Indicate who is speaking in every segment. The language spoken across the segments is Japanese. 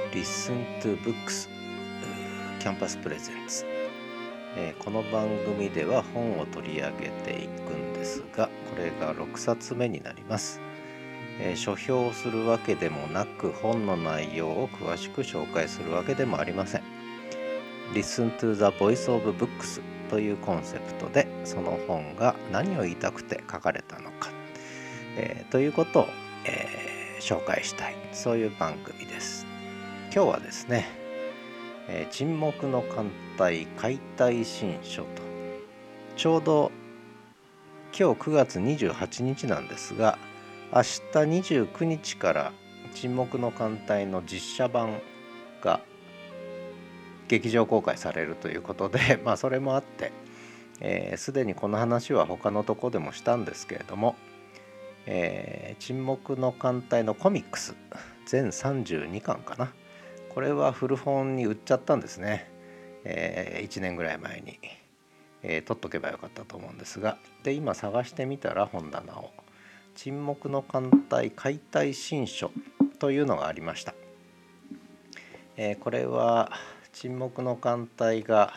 Speaker 1: Listen to Books キャンパスプレゼンツ、この番組では本を取り上げていくんですが、これが6冊目になります。書評をするわけでもなく、本の内容を詳しく紹介するわけでもありません。Listen to the Voice of Books というコンセプトで、その本が何を言いたくて書かれたのか、ということを、紹介したい、そういう番組です。今日はですね、沈黙の艦隊解体新書と、ちょうど今日9月28日なんですが、明日29日から沈黙の艦隊の実写版が劇場公開されるということで、それもあってすでにこの話は他のとこでもしたんですけれども、沈黙の艦隊のコミックス全32巻かな、これは古本に売っちゃったんですね。1年ぐらい前に、取っとけばよかったと思うんですが、で今探してみたら本棚を沈黙の艦隊解体新書というのがありました。これは沈黙の艦隊が、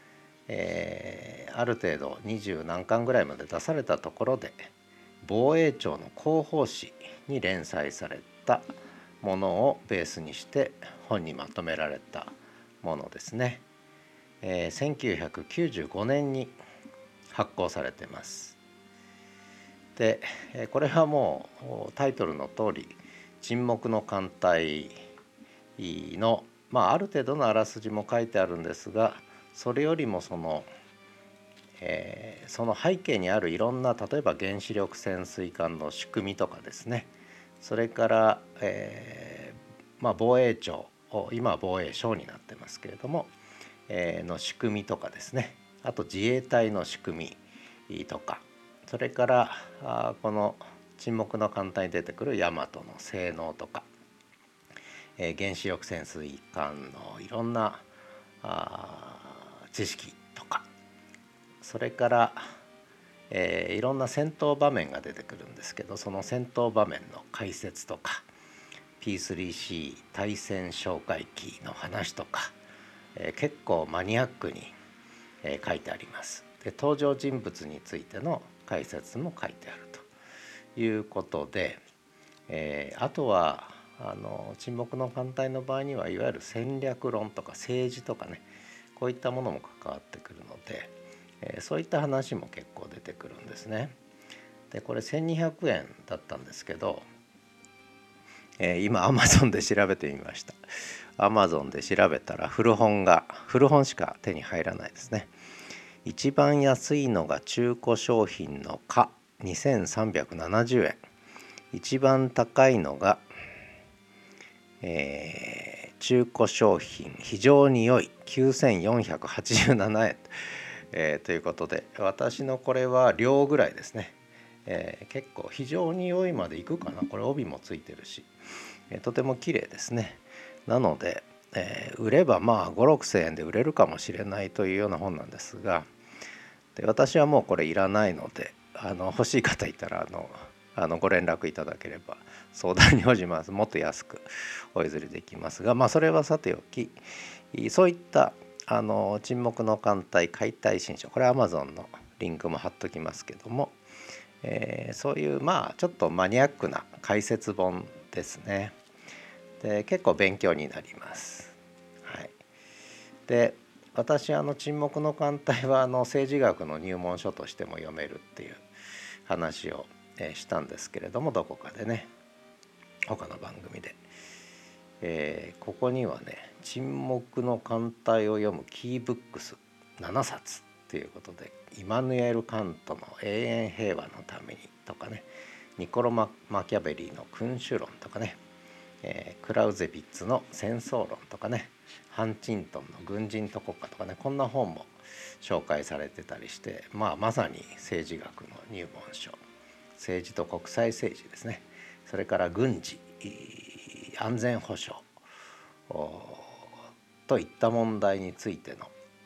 Speaker 1: ある程度20何巻ぐらいまで出されたところで、防衛庁の広報誌に連載されたものをベースにして本にまとめられたものですね。1995年に発行されています。でこれはもうタイトルの通り沈黙の艦隊の、ある程度のあらすじも書いてあるんですが、それよりもその背景にあるいろんな、例えば原子力潜水艦の仕組みとかですね、それから、防衛庁、今は防衛省になってますけれども、の仕組みとかですね、あと自衛隊の仕組みとか、それからこの沈黙の艦隊に出てくる大和の性能とか、原子力潜水艦のいろんな知識とか、それから、いろんな戦闘場面が出てくるんですけど、その戦闘場面の解説とか P3C 対戦哨戒機の話とか、結構マニアックに、書いてあります。で登場人物についての解説も書いてあるということで、あとは沈黙の艦隊の場合にはいわゆる戦略論とか政治とかね、こういったものも関わってくるので、そういった話も結構出てくるんですね。でこれ1200円だったんですけど、今 Amazon で調べてみました。 Amazon で調べたら古本しか手に入らないですね。一番安いのが中古商品の価2370円、一番高いのが、中古商品非常に良い9487円、ということで、私のこれは両ぐらいですね。結構非常に良いまでいくかな。これ帯もついてるし、とても綺麗ですね。なので、売れば5、6千円で売れるかもしれないというような本なんですが、で私はもうこれいらないので、欲しい方いたらご連絡いただければ相談に応じます。もっと安くお譲りできますが、それはさておき、そういった沈黙の艦隊解体新書、これ Amazon のリンクも貼っときますけども、そういうちょっとマニアックな解説本ですね。で結構勉強になります。はい、で私沈黙の艦隊は政治学の入門書としても読めるっていう話を、したんですけれども、どこかでね、他の番組で、ここにはね、沈黙の艦隊を読むキーブックス7冊ということで、イマヌエル・カントの永遠平和のためにとかね、ニコロ・マキャベリーの君主論とかね、クラウゼビッツの戦争論とかね、ハンチントンの軍人と国家とかね、こんな本も紹介されてたりして、まさに政治学の入門書、政治と国際政治ですね、それから軍事、安全保障といった問題についての、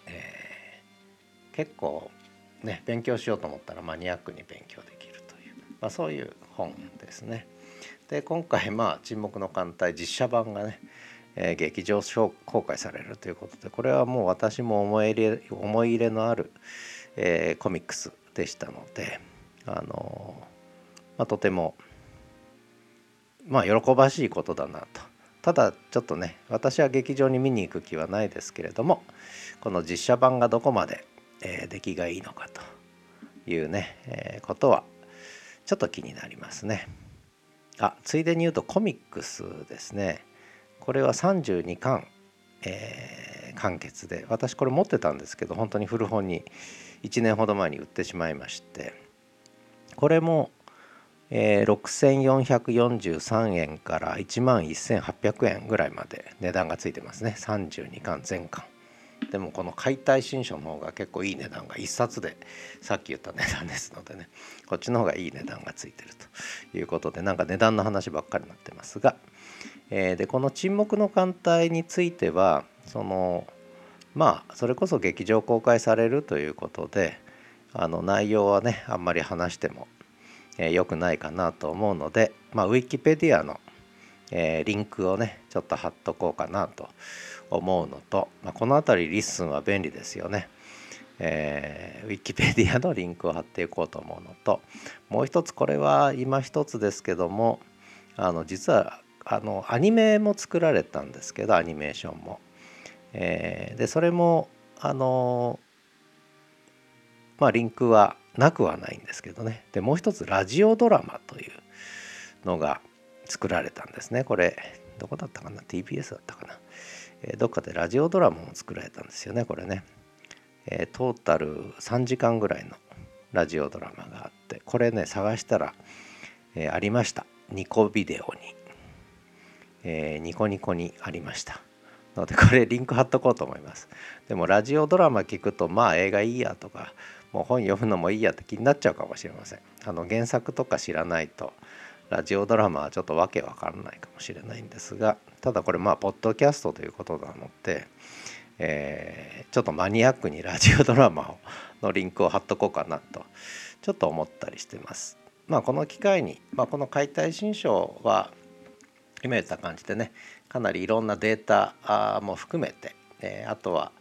Speaker 1: 結構ね、勉強しようと思ったらマニアックに勉強できるという、そういう本ですね。で今回沈黙の艦隊実写版がね、 劇場公開されるということで、これはもう私も思い入れのある、コミックスでしたので、とても喜ばしいことだなと。ただちょっとね、私は劇場に見に行く気はないですけれども、この実写版がどこまで、出来がいいのかというね、ことはちょっと気になりますね。ついでに言うとコミックスですね。これは32巻、完結で、私これ持ってたんですけど、本当に古本に1年ほど前に売ってしまいまして、これも6443円から11800円ぐらいまで値段がついてますね。32巻全巻でも、この解体新書の方が結構いい値段が1冊でさっき言った値段ですのでね、こっちの方がいい値段がついてるということで、なんか値段の話ばっかりになってますが、でこの沈黙の艦隊についてはそれこそ劇場公開されるということで、内容はねあんまり話しても良くないかなと思うので、ウィキペディアの、リンクをねちょっと貼っとこうかなと思うのと、この辺りリッスンは便利ですよね。ウィキペディアのリンクを貼っていこうと思うのと、もう一つ、これは今一つですけども、実はアニメも作られたんですけど、アニメーションも、でそれもリンクはなくはないんですけどね。でもう一つ、ラジオドラマというのが作られたんですね。これどこだったかな、 TBS だったかな、どっかでラジオドラマも作られたんですよね、これね。トータル3時間ぐらいのラジオドラマがあって、これね探したら、ありました。ニコビデオに、ニコニコにありましたので、これリンク貼っとこうと思います。でもラジオドラマ聞くと、映画いいやとか、もう本読むのもいいやって気になっちゃうかもしれません。原作とか知らないとラジオドラマはちょっとわけわからないかもしれないんですが、ただこれポッドキャストということなので、ちょっとマニアックにラジオドラマのリンクを貼っとこうかなとちょっと思ったりしてます。この機会に、この解体新書は今言った感じでね、かなりいろんなデータも含めて、あとは、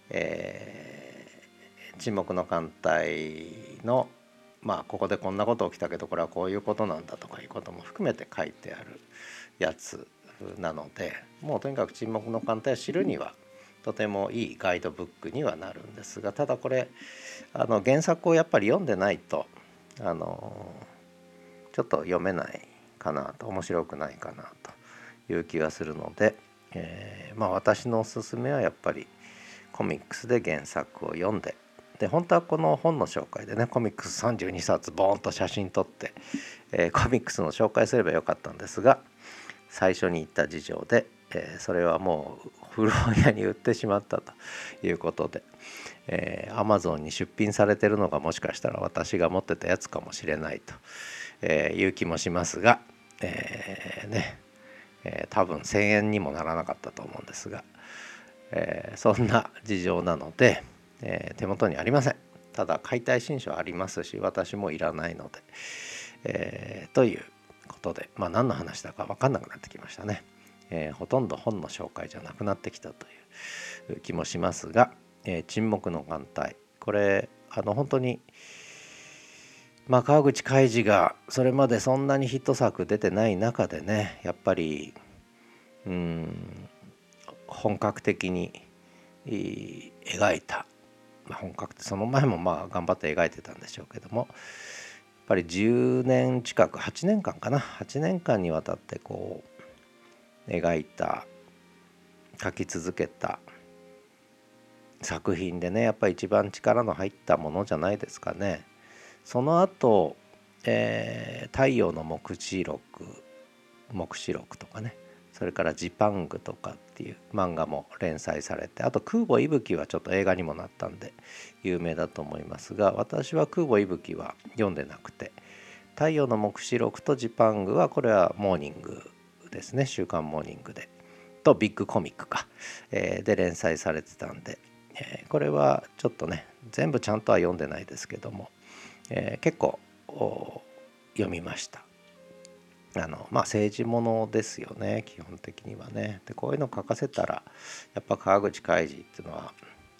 Speaker 1: 沈黙の艦隊のここでこんなこと起きたけどこれはこういうことなんだとかいうことも含めて書いてあるやつなので、もうとにかく沈黙の艦隊を知るにはとてもいいガイドブックにはなるんですが、ただこれ原作をやっぱり読んでないとちょっと読めないかなと、面白くないかなという気がするので、私のおすすめはやっぱりコミックスで原作を読んで、本当はこの本の紹介でね、コミックス32冊ボーンと写真撮って、コミックスの紹介すればよかったんですが、最初に言った事情で、それはもう古本屋に売ってしまったということで、Amazon に出品されてるのがもしかしたら私が持ってたやつかもしれないという気もしますが、多分1,000円にもならなかったと思うんですが、そんな事情なので、手元にありません。ただ解体新書ありますし、私もいらないので、ということで、何の話だか分かんなくなってきましたね。ほとんど本の紹介じゃなくなってきたという気もしますが、沈黙の艦隊、これ本当に川口海二がそれまでそんなにヒット作出てない中でね、やっぱり本格的に描いた、本格的、その前も頑張って描いてたんでしょうけども、やっぱり10年近く、8年間かな、8年間にわたってこう描いた、書き続けた作品でね、やっぱり一番力の入ったものじゃないですかね。その後、太陽の黙示録とかね、それからジパングとかっていう漫画も連載されて、あと空母息吹はちょっと映画にもなったんで有名だと思いますが、私は空母息吹は読んでなくて、太陽の黙示録とジパングはこれはモーニングですね、週刊モーニングでとビッグコミックか、で連載されてたんで、これはちょっとね全部ちゃんとは読んでないですけども、結構読みました。 政治ものですよね、基本的にはね。でこういうの書かせたらやっぱ川口海二っていうのは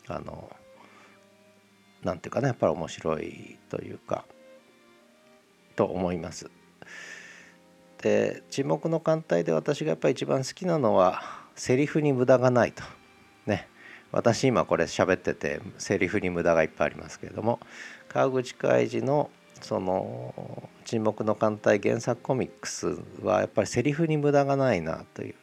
Speaker 1: なんていうかね、やっぱり面白いというかと思います。で沈黙の艦隊で私がやっぱり一番好きなのはセリフに無駄がないとね。私今これ喋っててセリフに無駄がいっぱいありますけれども、川口海二のその沈黙の艦隊原作コミックスはやっぱりセリフに無駄がないなという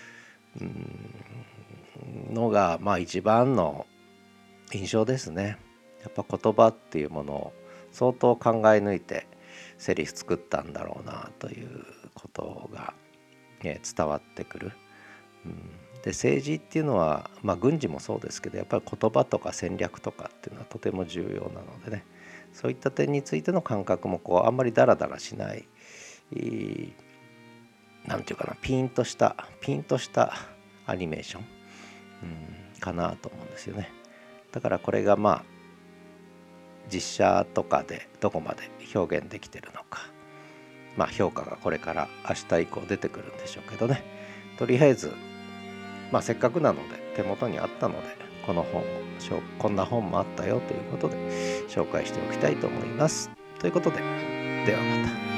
Speaker 1: のが一番の印象ですね。やっぱ言葉っていうものを相当考え抜いてセリフ作ったんだろうなということが、伝わってくる。で政治っていうのは、軍事もそうですけどやっぱり言葉とか戦略とかっていうのはとても重要なのでね、そういった点についての感覚もあんまりダラダラしない、なんていうかな、ピンとしたアニメーション、かなと思うんですよね。だからこれが実写とかでどこまで表現できてるのか、評価がこれから明日以降出てくるんでしょうけどね。とりあえずせっかくなので手元にあったのでこの本をこんな本もあったよということで紹介しておきたいと思います。ということで、ではまた。